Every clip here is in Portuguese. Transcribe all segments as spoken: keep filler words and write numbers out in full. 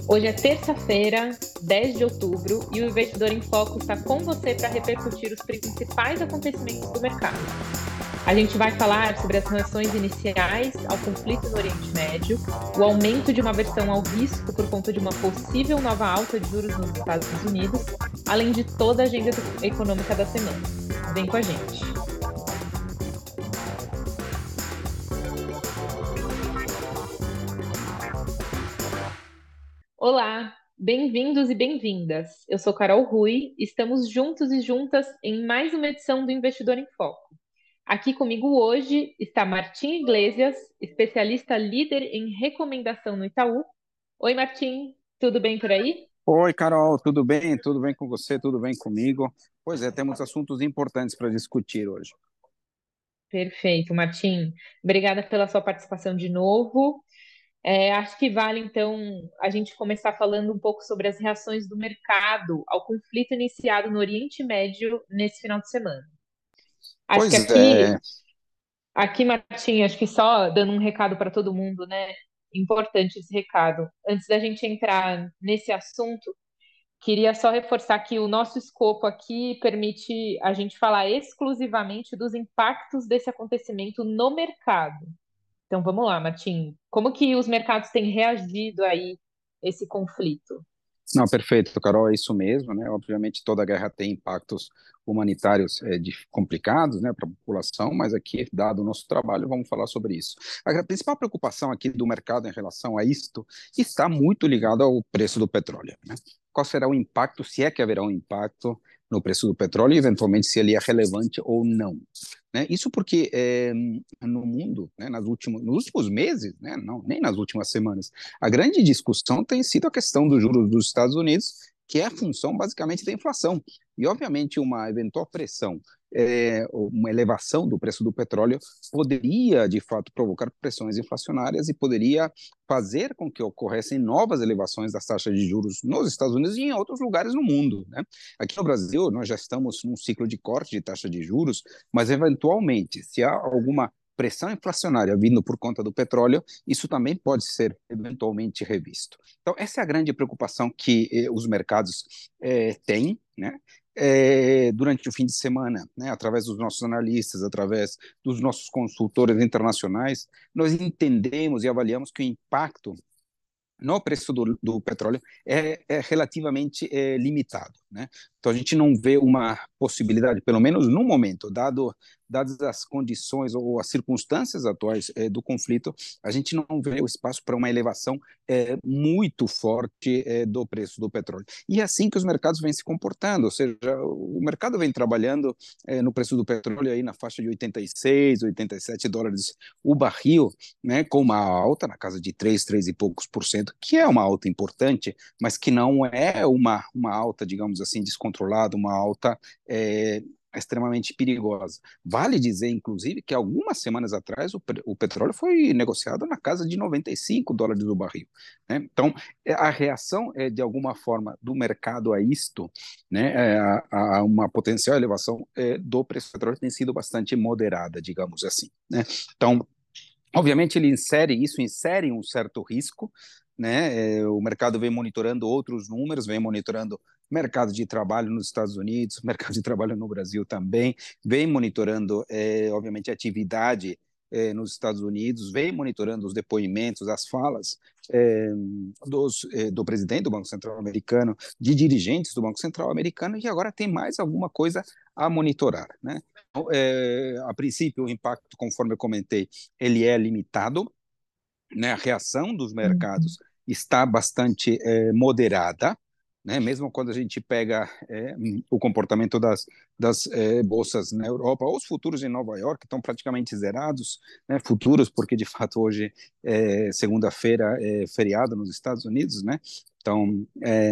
Hoje é terça-feira, dez de outubro, e o Investidor em Foco está com você para repercutir os principais acontecimentos do mercado. A gente vai falar sobre as reações iniciais ao conflito no Oriente Médio, o aumento de uma aversão ao risco por conta de uma possível nova alta de juros nos Estados Unidos, além de toda a agenda econômica da semana. Vem com a gente. Olá, bem-vindos e bem-vindas. Eu sou Carol Rui, estamos juntos e juntas em mais uma edição do Investidor em Foco. Aqui comigo hoje está Martim Iglesias, especialista líder em recomendação no Itaú. Oi, Martim, tudo bem por aí? Oi, Carol, tudo bem? Tudo bem com você? Tudo bem comigo? Pois é, temos assuntos importantes para discutir hoje. Perfeito, Martim. Obrigada pela sua participação de novo. É, acho que vale, então, a gente começar falando um pouco sobre as reações do mercado ao conflito iniciado no Oriente Médio nesse final de semana. Acho que Pois é, aqui Aqui, Martim, acho que só dando um recado para todo mundo, né? Importante esse recado. Antes da gente entrar nesse assunto, queria só reforçar que o nosso escopo aqui permite a gente falar exclusivamente dos impactos desse acontecimento no mercado. Então, vamos lá, Martim. Como que os mercados têm reagido aí a esse conflito? não, perfeito, Carol, é isso mesmo, né? Obviamente toda guerra tem impactos humanitários é, de- complicados, né, para a população, mas aqui, dado o nosso trabalho, vamos falar sobre isso. A principal preocupação aqui do mercado em relação a isto está muito ligado ao preço do petróleo, né? Qual será o impacto, se é que haverá um impacto no preço do petróleo e, eventualmente, se ele é relevante ou não, né? Isso porque é, no mundo, né, nas últimos, nos últimos meses, né, não, nem nas últimas semanas, a grande discussão tem sido a questão dos juros dos Estados Unidos, que é a função basicamente da inflação. E, obviamente, uma eventual pressão, é, uma elevação do preço do petróleo poderia, de fato, provocar pressões inflacionárias e poderia fazer com que ocorressem novas elevações das taxas de juros nos Estados Unidos e em outros lugares no mundo, né? Aqui no Brasil, nós já estamos num ciclo de corte de taxa de juros, mas, eventualmente, se há alguma pressão inflacionária vindo por conta do petróleo, isso também pode ser eventualmente revisto. Então, essa é a grande preocupação que eh, os mercados eh, têm, né? Eh, durante o fim de semana, né, através dos nossos analistas, através dos nossos consultores internacionais, nós entendemos e avaliamos que o impacto no preço do, do petróleo é, é relativamente é, limitado, né? Então a gente não vê uma possibilidade, pelo menos no momento, dado dadas as condições ou as circunstâncias atuais é, do conflito, a gente não vê o espaço para uma elevação é, muito forte é, do preço do petróleo. E é assim que os mercados vêm se comportando, ou seja, o mercado vem trabalhando é, no preço do petróleo aí na faixa de oitenta e seis, oitenta e sete dólares o barril, né, com uma alta na casa de três, três e poucos por cento, que é uma alta importante, mas que não é uma, uma alta, digamos assim, descontrolada, uma alta é, extremamente perigosa. Vale dizer, inclusive, que algumas semanas atrás o, o petróleo foi negociado na casa de noventa e cinco dólares o barril, né? Então, é, a reação é, de alguma forma, do mercado a isto, né, é, a, a uma potencial elevação é, do preço do petróleo tem sido bastante moderada, digamos assim, né? Então, obviamente, ele insere isso, insere um certo risco, né? É, o mercado vem monitorando outros números, vem monitorando mercado de trabalho nos Estados Unidos, mercado de trabalho no Brasil também, vem monitorando, é, obviamente, a atividade é, nos Estados Unidos, vem monitorando os depoimentos, as falas é, dos, é, do presidente do Banco Central americano, de dirigentes do Banco Central americano, e agora tem mais alguma coisa a monitorar, né? Então, é, a princípio, o impacto, conforme eu comentei, ele é limitado, né? A reação dos Uhum. mercados está bastante é, moderada, né? Mesmo quando a gente pega é, o comportamento das, das é, bolsas na Europa, ou os futuros em Nova York estão praticamente zerados, né? Futuros, porque de fato hoje, é, segunda-feira, é feriado nos Estados Unidos, né? Então, é,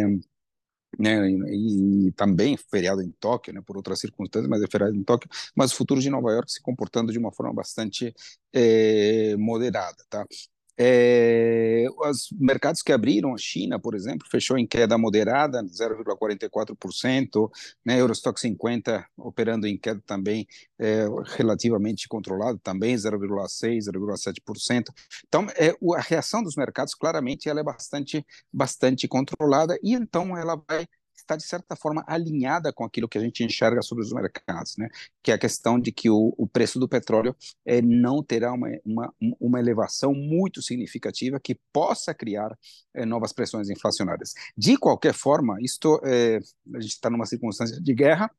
né, e, e também feriado em Tóquio, né, por outras circunstâncias, mas é feriado em Tóquio, mas os futuros de Nova York se comportando de uma forma bastante é, moderada, tá? É, os mercados que abriram, a China, por exemplo, fechou em queda moderada, zero vírgula quarenta e quatro por cento, né? Eurostock cinquenta operando em queda também é, relativamente controlado, também zero vírgula seis, zero vírgula sete por cento. Então, é, a reação dos mercados, claramente, ela é bastante, bastante controlada e então ela vai estar, de certa forma, alinhada com aquilo que a gente enxerga sobre os mercados, né? Que é a questão de que o, o preço do petróleo é, não terá uma, uma, uma elevação muito significativa que possa criar é, novas pressões inflacionárias. De qualquer forma, isto, é, a gente está numa circunstância de guerra,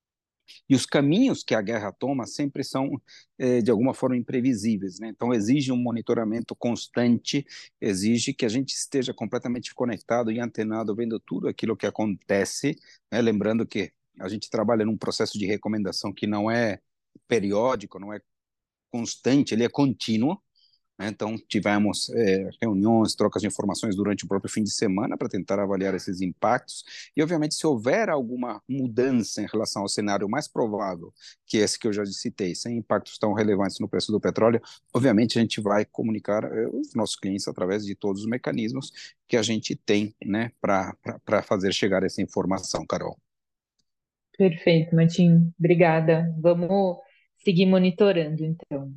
e os caminhos que a guerra toma sempre são, é, de alguma forma, imprevisíveis, né? Então, exige um monitoramento constante, exige que a gente esteja completamente conectado e antenado, vendo tudo aquilo que acontece, né? Lembrando que a gente trabalha num processo de recomendação que não é periódico, não é constante, ele é contínuo, né? Então, tivemos é, reuniões, trocas de informações durante o próprio fim de semana para tentar avaliar esses impactos. E, obviamente, se houver alguma mudança em relação ao cenário mais provável, que esse que eu já citei, sem impactos tão relevantes no preço do petróleo, obviamente a gente vai comunicar é, os nossos clientes através de todos os mecanismos que a gente tem, né, para fazer chegar essa informação, Carol. Perfeito, Martim. Obrigada. Vamos seguir monitorando, então.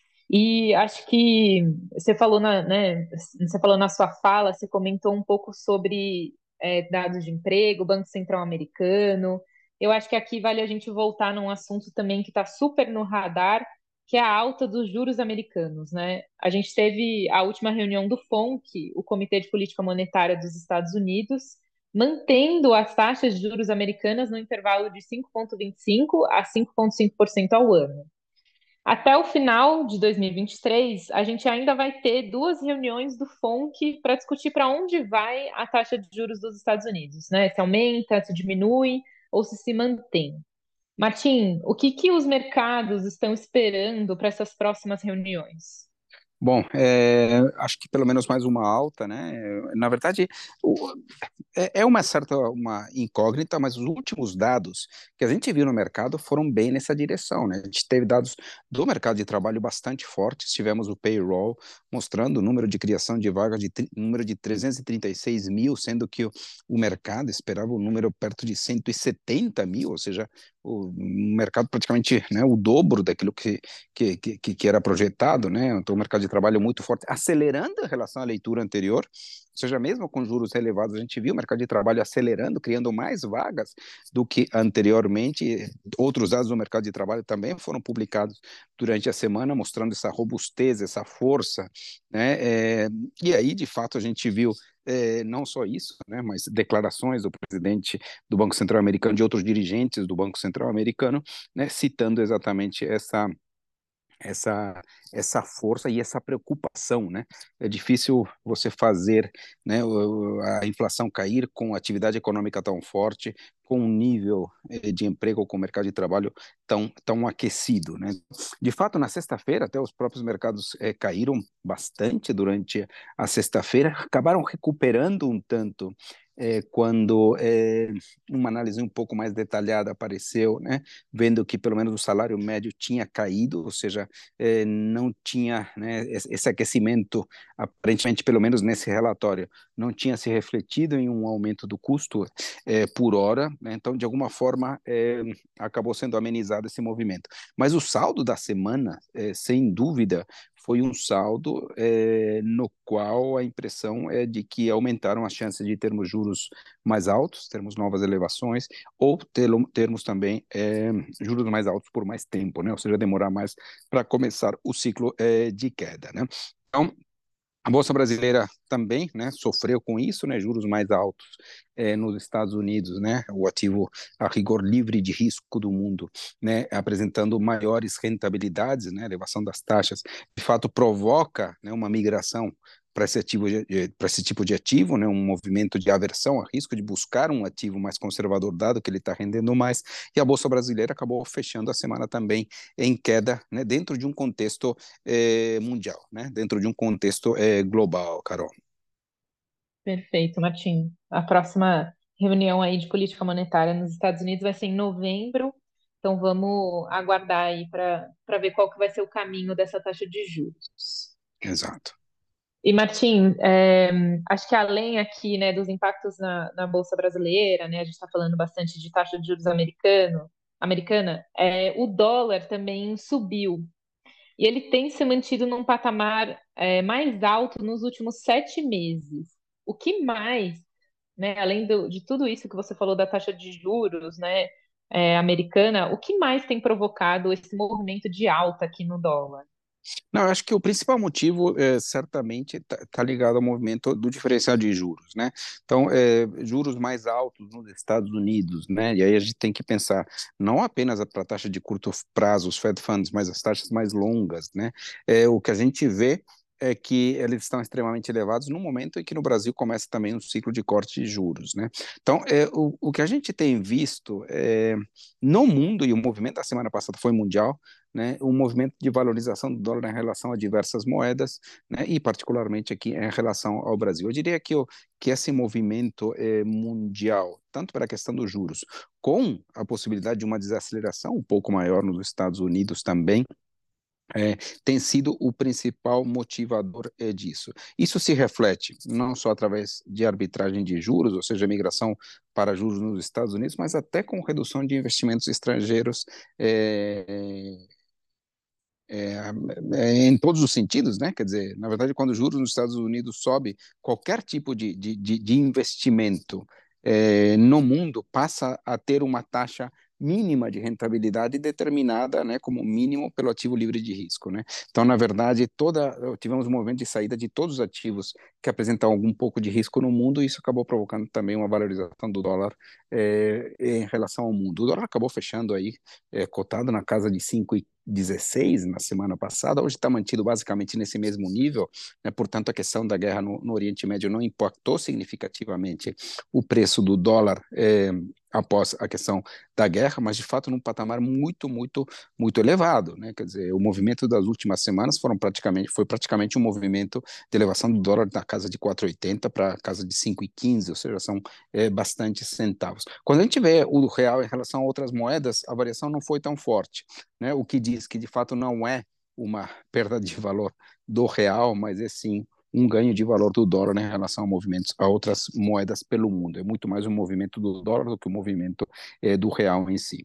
E acho que você falou na, né, você falou na sua fala, você comentou um pouco sobre é, dados de emprego, Banco Central Americano. Eu acho que aqui vale a gente voltar num assunto também que está super no radar, que é a alta dos juros americanos, né? A gente teve a última reunião do FONC, o Comitê de Política Monetária dos Estados Unidos, mantendo as taxas de juros americanas no intervalo de cinco vírgula vinte e cinco a cinco vírgula cinco por cento ao ano. Até o final de dois mil e vinte e três, a gente ainda vai ter duas reuniões do FONC para discutir para onde vai a taxa de juros dos Estados Unidos, né? Se aumenta, se diminui ou se se mantém. Martim, o que que os mercados estão esperando para essas próximas reuniões? Bom, é, acho que pelo menos mais uma alta, né? Na verdade, o, é, é uma certa uma incógnita, mas os últimos dados que a gente viu no mercado foram bem nessa direção, né? A gente teve dados do mercado de trabalho bastante fortes, tivemos o payroll mostrando o número de criação de vagas de tri- número de trezentos e trinta e seis mil, sendo que o, o mercado esperava um número perto de cento e setenta mil, ou seja, o mercado praticamente, né, o dobro daquilo que, que, que, que era projetado, né? Então, o mercado de trabalho muito forte, acelerando em relação à leitura anterior, ou seja, mesmo com juros elevados, a gente viu o mercado de trabalho acelerando, criando mais vagas do que anteriormente. Outros dados do mercado de trabalho também foram publicados durante a semana, mostrando essa robustez, essa força, né? É, e aí, de fato, a gente viu é, não só isso, né, mas declarações do presidente do Banco Central Americano, de outros dirigentes do Banco Central Americano, né, citando exatamente essa essa essa força e essa preocupação, né? É difícil você fazer, né, a inflação cair com atividade econômica tão forte, com um nível eh, de emprego, com o mercado de trabalho tão tão aquecido, né? De fato, na sexta-feira, até os próprios mercados eh, caíram bastante durante a sexta-feira, acabaram recuperando um tanto eh, quando eh, uma análise um pouco mais detalhada apareceu, né? Vendo que pelo menos o salário médio tinha caído, ou seja, eh, não tinha, né, esse aquecimento, aparentemente, pelo menos nesse relatório, não tinha se refletido em um aumento do custo eh, por hora, né, então, de alguma forma, eh, acabou sendo amenizado esse movimento. Mas o saldo da semana, eh, sem dúvida, foi um saldo eh, no qual a impressão é de que aumentaram as chances de termos juros mais altos, termos novas elevações, ou termos também é, juros mais altos por mais tempo, né? Ou seja, demorar mais para começar o ciclo é, de queda, né? Então, a Bolsa Brasileira também, né, sofreu com isso, né, juros mais altos é, nos Estados Unidos, né, o ativo a rigor livre de risco do mundo, né, apresentando maiores rentabilidades, né, elevação das taxas, de fato provoca, né, uma migração para esse, ativo para esse tipo de ativo, né, um movimento de aversão a risco, de buscar um ativo mais conservador, dado que ele está rendendo mais, e a Bolsa Brasileira acabou fechando a semana também em queda, né, dentro de um contexto eh, mundial, né, dentro de um contexto eh, global, Carol. Perfeito, Martim. A próxima reunião aí de política monetária nos Estados Unidos vai ser em novembro, então vamos aguardar aí para para ver qual que vai ser o caminho dessa taxa de juros. Exato. E, Martim, é, acho que além aqui, né, dos impactos na, na Bolsa Brasileira, né, a gente está falando bastante de taxa de juros americano, americana, é, o dólar também subiu. E ele tem se mantido num patamar, é, mais alto nos últimos sete meses. O que mais, né, além do- de tudo isso que você falou da taxa de juros, né, é, americana, o que mais tem provocado esse movimento de alta aqui no dólar? Não, eu acho que o principal motivo é, certamente está ligado ao movimento do diferencial de juros, né? Então, é, juros mais altos nos Estados Unidos, né? E aí a gente tem que pensar não apenas para a taxa de curto prazo, os Fed Funds, mas as taxas mais longas, né? É, o que a gente vê é que eles estão extremamente elevados no momento em que no Brasil começa também um ciclo de corte de juros, né? Então, é, o, o que a gente tem visto é, no mundo, e o movimento da semana passada foi mundial, né, um movimento de valorização do dólar em relação a diversas moedas, né, e particularmente aqui em relação ao Brasil. Eu diria que, o, que esse movimento é, mundial, tanto para a questão dos juros, com a possibilidade de uma desaceleração um pouco maior nos Estados Unidos também, é, tem sido o principal motivador é, disso. Isso se reflete não só através de arbitragem de juros, ou seja, migração para juros nos Estados Unidos, mas até com redução de investimentos estrangeiros é, é, é, em todos os sentidos, né? Quer dizer, na verdade, quando os juros nos Estados Unidos sobe, qualquer tipo de, de, de, de investimento é, no mundo passa a ter uma taxa mínima de rentabilidade determinada, né, como mínimo pelo ativo livre de risco, né? Então, na verdade, toda tivemos um movimento de saída de todos os ativos que apresentam algum pouco de risco no mundo, e isso acabou provocando também uma valorização do dólar é, em relação ao mundo. O dólar acabou fechando aí é, cotado na casa de cinco e dezesseis na semana passada, hoje está mantido basicamente nesse mesmo nível, né? Portanto, a questão da guerra no, no Oriente Médio não impactou significativamente o preço do dólar é, após a questão da guerra, mas de fato num patamar muito, muito, muito elevado, né? Quer dizer, o movimento das últimas semanas foram praticamente, foi praticamente um movimento de elevação do dólar da casa de quatro e oitenta para a casa de cinco e quinze, ou seja, são é, bastante centavos. Quando a gente vê o real em relação a outras moedas, a variação não foi tão forte, né? O que diz que de fato não é uma perda de valor do real, mas é sim um ganho de valor do dólar, né, em relação a movimentos a outras moedas pelo mundo. É muito mais um movimento do dólar do que o um movimento é, do real em si.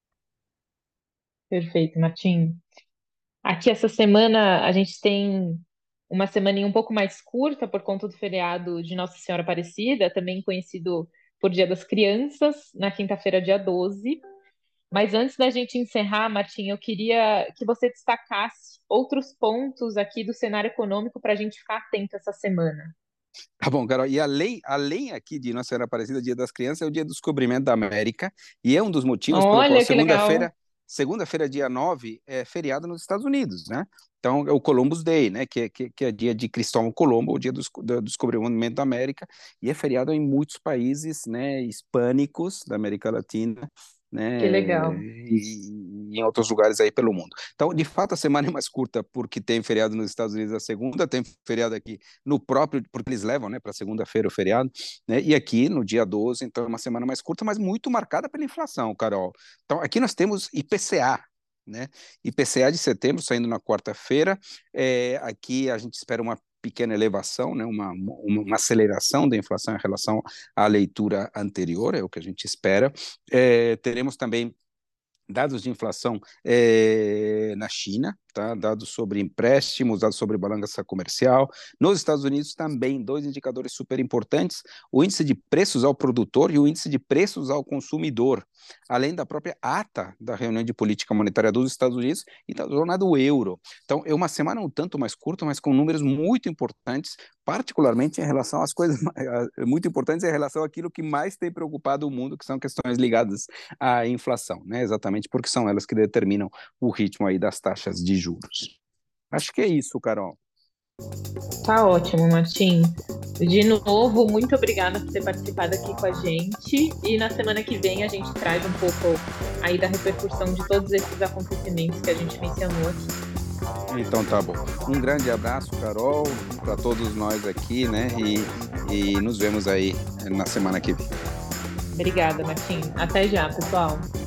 Perfeito, Martim. Aqui essa semana a gente tem uma semaninha um pouco mais curta por conta do feriado de Nossa Senhora Aparecida, também conhecido por Dia das Crianças, na quinta-feira, dia doze. Mas antes da gente encerrar, Martim, eu queria que você destacasse outros pontos aqui do cenário econômico para a gente ficar atento essa semana. Tá bom, Carol. E além, além aqui de Nossa Senhora Aparecida, Dia das Crianças, é o Dia do Descobrimento da América, e é um dos motivos pelo qual Olha que legal, segunda-feira, segunda-feira, dia nove é feriado nos Estados Unidos, né? Então, é o Columbus Day, né? Que, é- que, que é dia de Cristóvão Colombo, o dia do, do descobrimento da América, e é feriado em muitos países, né, hispânicos da América Latina, que né, legal. e, e em outros lugares aí pelo mundo. Então, de fato, a semana é mais curta porque tem feriado nos Estados Unidos a segunda, tem feriado aqui no próprio, porque eles levam, né, para segunda-feira o feriado, né, e aqui no dia doze, então é uma semana mais curta, mas muito marcada pela inflação, Carol. Então, aqui nós temos I P C A, né, I P C A de setembro saindo na quarta-feira, é, aqui a gente espera uma pequena elevação, né, uma, uma, uma aceleração da inflação em relação à leitura anterior, é o que a gente espera. É, teremos também dados de inflação é, na China, tá? Dados sobre empréstimos, dados sobre balança comercial. Nos Estados Unidos também, dois indicadores super importantes, o índice de preços ao produtor e o índice de preços ao consumidor, além da própria ata da reunião de política monetária dos Estados Unidos e da zona do euro. Então, é uma semana um tanto mais curta, mas com números muito importantes, particularmente em relação às coisas muito importantes em relação àquilo que mais tem preocupado o mundo, que são questões ligadas à inflação, né? Exatamente porque são elas que determinam o ritmo aí das taxas de juros. Acho que é isso, Carol. Tá ótimo, Martim. De novo, muito obrigada por ter participado aqui com a gente. E na semana que vem a gente traz um pouco aí da repercussão de todos esses acontecimentos que a gente mencionou aqui. Então tá bom. Um grande abraço, Carol, para todos nós aqui, né? E, e nos vemos aí na semana que vem. Obrigada, Martim. Até já, pessoal.